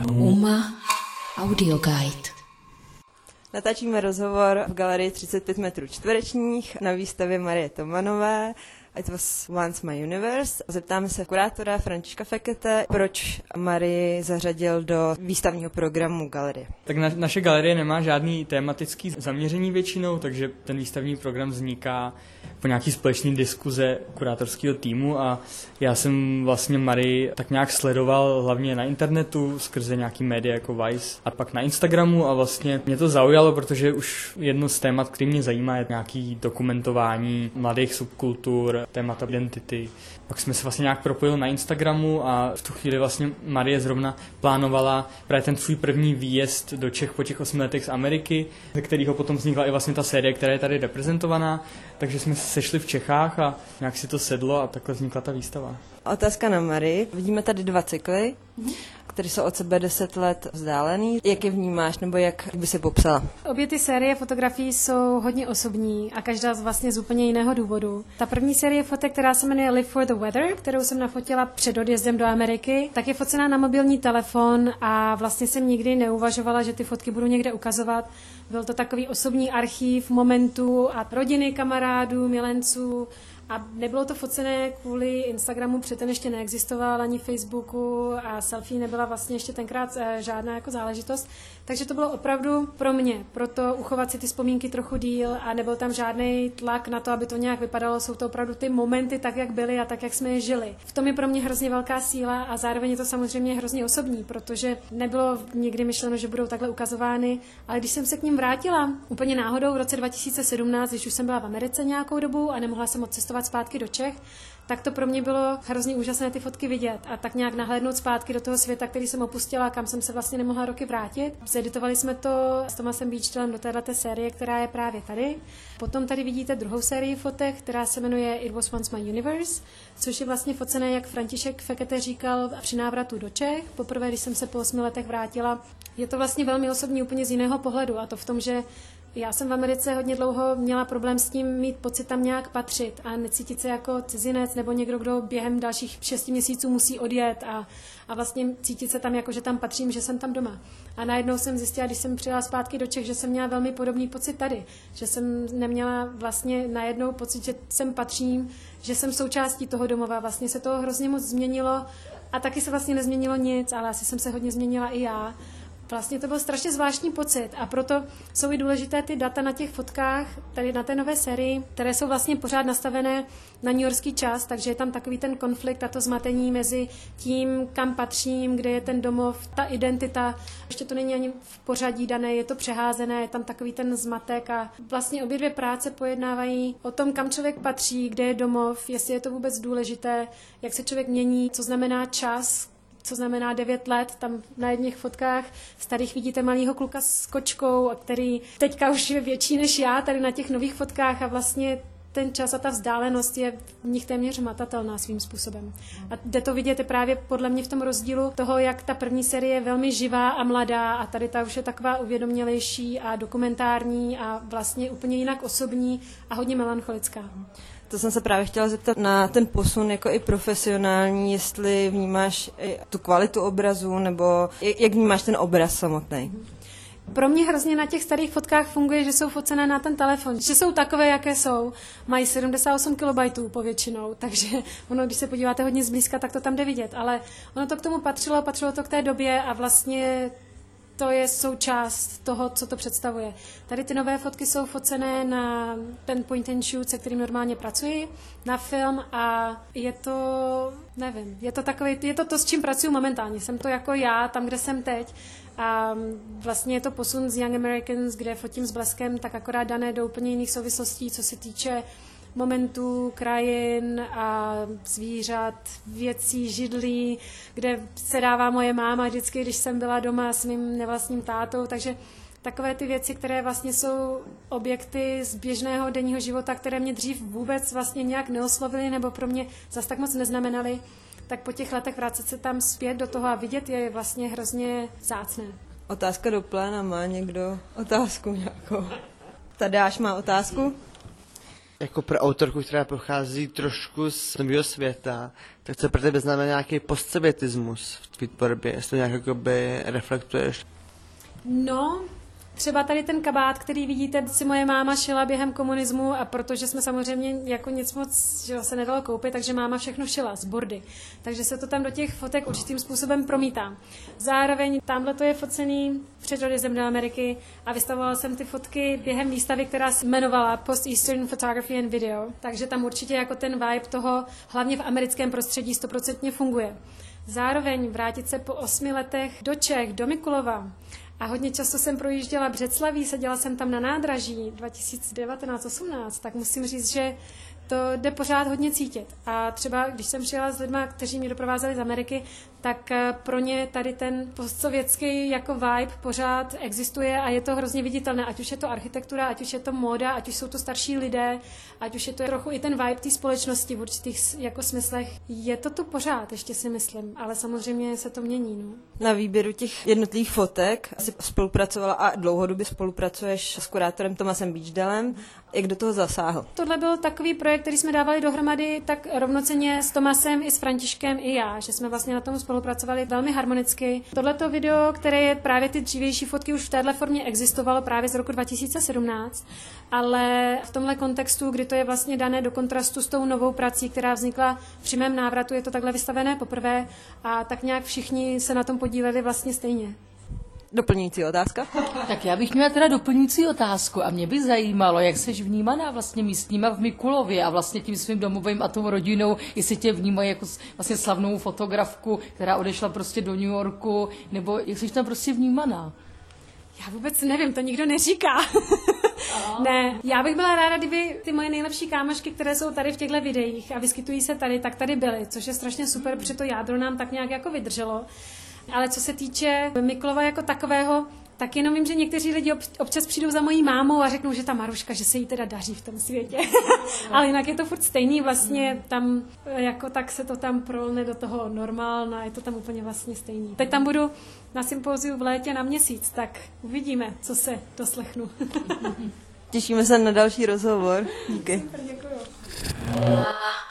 UMA Audio Guide. Natáčíme rozhovor v galerii 35 metrů čtverečních na výstavě Marie Tomanové. It was once my universe. Zeptáme se kurátora Františka Fekete, proč Marii zařadil do výstavního programu galerie. Tak naše galerie nemá žádný tematický zaměření většinou, takže ten výstavní program vzniká po nějaký společný diskuze kurátorského týmu a já jsem vlastně Marii tak nějak sledoval hlavně na internetu skrze nějaký média jako Vice a pak na Instagramu a vlastně mě to zaujalo, protože už jedno z témat, který mě zajímá, je nějaký dokumentování mladých subkultur, témata identity. Pak jsme se vlastně nějak propojili na Instagramu a v tu chvíli vlastně Marie zrovna plánovala právě ten svůj první výjezd do Čech po těch 8 letech z Ameriky, ze kterého potom vznikla i vlastně ta série, která je tady reprezentovaná. Takže jsme se sešli v Čechách a nějak si to sedlo a takhle vznikla ta výstava. Otázka na Marii. Vidíme tady 2 cykly, které jsou od sebe 10 let vzdálený. Jak je vnímáš, nebo jak by si popsala? Obě ty série fotografií jsou hodně osobní a každá vlastně z úplně jiného důvodu. Ta první série fotek, která se jmenuje Live for the Weather, kterou jsem nafotila před odjezdem do Ameriky, tak je focená na mobilní telefon a vlastně jsem nikdy neuvažovala, že ty fotky budu někde ukazovat. Byl to takový osobní archív momentů a rodiny, kamarádů, milenců. A nebylo to focené kvůli Instagramu, protože ten ještě neexistoval, ani Facebooku a selfie nebyla vlastně ještě tenkrát žádná jako záležitost. Takže to bylo opravdu pro mě, proto uchovat si ty vzpomínky trochu díl a nebyl tam žádný tlak na to, aby to nějak vypadalo. Jsou to opravdu ty momenty tak, jak byly a tak, jak jsme je žili. V tom je pro mě hrozně velká síla a zároveň je to samozřejmě hrozně osobní, protože nebylo nikdy myšleno, že budou takhle ukazovány, ale když jsem se k nim vrátila úplně náhodou v roce 2017, když už jsem byla v Americe nějakou dobu a nemohla jsem odcestovat zpátky do Čech, tak to pro mě bylo hrozně úžasné ty fotky vidět a tak nějak nahlédnout zpátky do toho světa, který jsem opustila, kam jsem se vlastně nemohla roky vrátit. Zeditovali jsme to s Tomasem Beachtelem do téhleté série, která je právě tady. Potom tady vidíte druhou sérii fotek, která se jmenuje It was once my universe, což je vlastně focené, jak František Fekete říkal, při návratu do Čech. Poprvé, když jsem se po 8 letech vrátila. Je to vlastně velmi osobní úplně z jiného pohledu a to v tom, že já jsem v Americe hodně dlouho měla problém s tím mít pocit tam nějak patřit a necítit se jako cizinec nebo někdo, kdo během dalších 6 měsíců musí odjet a vlastně cítit se tam jako, že tam patřím, že jsem tam doma. A najednou jsem zjistila, když jsem přijela zpátky do Čech, že jsem měla velmi podobný pocit tady. Že jsem neměla vlastně najednou pocit, že sem patřím, že jsem součástí toho domova. Vlastně se to hrozně moc změnilo a taky se vlastně nezměnilo nic, ale asi jsem se hodně změnila i já. Vlastně to byl strašně zvláštní pocit a proto jsou i důležité ty data na těch fotkách, tady na té nové sérii, které jsou vlastně pořád nastavené na newyorský čas, takže je tam takový ten konflikt a to zmatení mezi tím, kam patřím, kde je ten domov, ta identita. Ještě to není ani v pořadí dané, je to přeházené, je tam takový ten zmatek a vlastně obě 2 práce pojednávají o tom, kam člověk patří, kde je domov, jestli je to vůbec důležité, jak se člověk mění, co znamená čas, co znamená 9 let, tam na jedných fotkách starých vidíte malýho kluka s kočkou, který teďka už je větší než já tady na těch nových fotkách a vlastně ten čas a ta vzdálenost je v nich téměř hmatatelná svým způsobem. A jde to vidět je právě podle mě v tom rozdílu toho, jak ta první série je velmi živá a mladá a tady ta už je taková uvědomělejší a dokumentární a vlastně úplně jinak osobní a hodně melancholická. To jsem se právě chtěla zeptat na ten posun jako i profesionální, jestli vnímáš tu kvalitu obrazu, nebo jak vnímáš ten obraz samotný. Pro mě hrozně na těch starých fotkách funguje, že jsou focené na ten telefon, že jsou takové, jaké jsou. Mají 78 KB povětšinou, takže ono, když se podíváte hodně zblízka, tak to tam jde vidět, ale ono to k tomu patřilo to k té době a vlastně to je součást toho, co to představuje. Tady ty nové fotky jsou focené na ten point and shoot, se kterým normálně pracuji, na film a je to, nevím, je to to, s čím pracuji momentálně. Jsem to jako já, tam, kde jsem teď. A vlastně je to posun z Young Americans, kde fotím s bleskem, tak akorát dané do úplně jiných souvislostí, co se týče momentů, krajin a zvířat, věcí, židlí, kde se dává moje máma vždycky, když jsem byla doma s mým nevlastním tátou, takže takové ty věci, které vlastně jsou objekty z běžného denního života, které mě dřív vůbec vlastně nějak neoslovily nebo pro mě zas tak moc neznamenaly, tak po těch letech vrátit se tam zpět do toho a vidět je vlastně hrozně vzácné. Otázka do pléna, má někdo otázku nějakou? Tadáš má otázku? Jako pro autorku, která pochází trošku z nového světa, tak co pro tebe znamená nějaký postsovětismus v tvý tvorbě, jestli to nějak jakoby reflektuješ? No, třeba tady ten kabát, který vidíte, si moje máma šila během komunismu a protože jsme samozřejmě jako nic moc že se nedalo koupit, takže máma všechno šila z bordy. Takže se to tam do těch fotek určitým způsobem promítá. Zároveň tamhle to je focený před odjezdem do Ameriky a vystavovala jsem ty fotky během výstavy, která se jmenovala Post-Eastern Photography and Video. Takže tam určitě jako ten vibe toho, hlavně v americkém prostředí, 100% funguje. Zároveň vrátit se po 8 letech do Čech, do Mikulova. A hodně často jsem projížděla Břeclaví, seděla jsem tam na nádraží 2019-18, tak musím říct, že to jde pořád hodně cítit. A třeba, když jsem přijela s lidmi, kteří mě doprovázeli z Ameriky, tak pro ně tady ten postsovětský jako vibe pořád existuje a je to hrozně viditelné. Ať už je to architektura, ať už je to móda, ať už jsou to starší lidé, ať už je to trochu i ten vibe té společnosti v určitých jako smyslech. Je to tu pořád, ještě si myslím, ale samozřejmě se to mění. No. Na výběru těch jednotlivých fotek jsi spolupracovala a dlouhodobě spolupracuješ s kurátorem Thomasem Beachdalem. Jak do toho zasáhl? Tohle byl takový projekt, který jsme dávali dohromady tak rovnocenně s Tomasem i s Františkem i já, že jsme vlastně na tom spolupracovali velmi harmonicky. Tohleto video, které je právě ty dřívější fotky, už v téhle formě existovalo právě z roku 2017, ale v tomhle kontextu, kdy to je vlastně dané do kontrastu s tou novou prací, která vznikla při mém návratu, je to takhle vystavené poprvé a tak nějak všichni se na tom podíleli vlastně stejně. Doplňující otázka? Tak já bych měla teda doplňující otázku a mě by zajímalo, jak seš vnímaná vlastně místníma v Mikulově a vlastně tím svým domovým a tou rodinou, jestli tě vnímají jako vlastně slavnou fotografku, která odešla prostě do New Yorku, nebo jak seš tam prostě vnímaná? Já vůbec nevím, to nikdo neříká. Ne, já bych byla ráda, kdyby ty moje nejlepší kámošky, které jsou tady v těchto videích a vyskytují se tady, tak tady byly, což je strašně super, protože to jádro nám tak nějak jako vydrželo. Ale co se týče Mikulova jako takového, tak jenom vím, že někteří lidi občas přijdou za mojí mámou a řeknou, že ta Maruška, že se jí teda daří v tom světě. Ale jinak je to furt stejný, vlastně tam jako tak se to tam prolne do toho normálna, je to tam úplně vlastně stejný. Teď tam budu na sympóziu v létě na měsíc, tak uvidíme, co se doslechnu. Těšíme se na další rozhovor. Díky. Super, děkuju.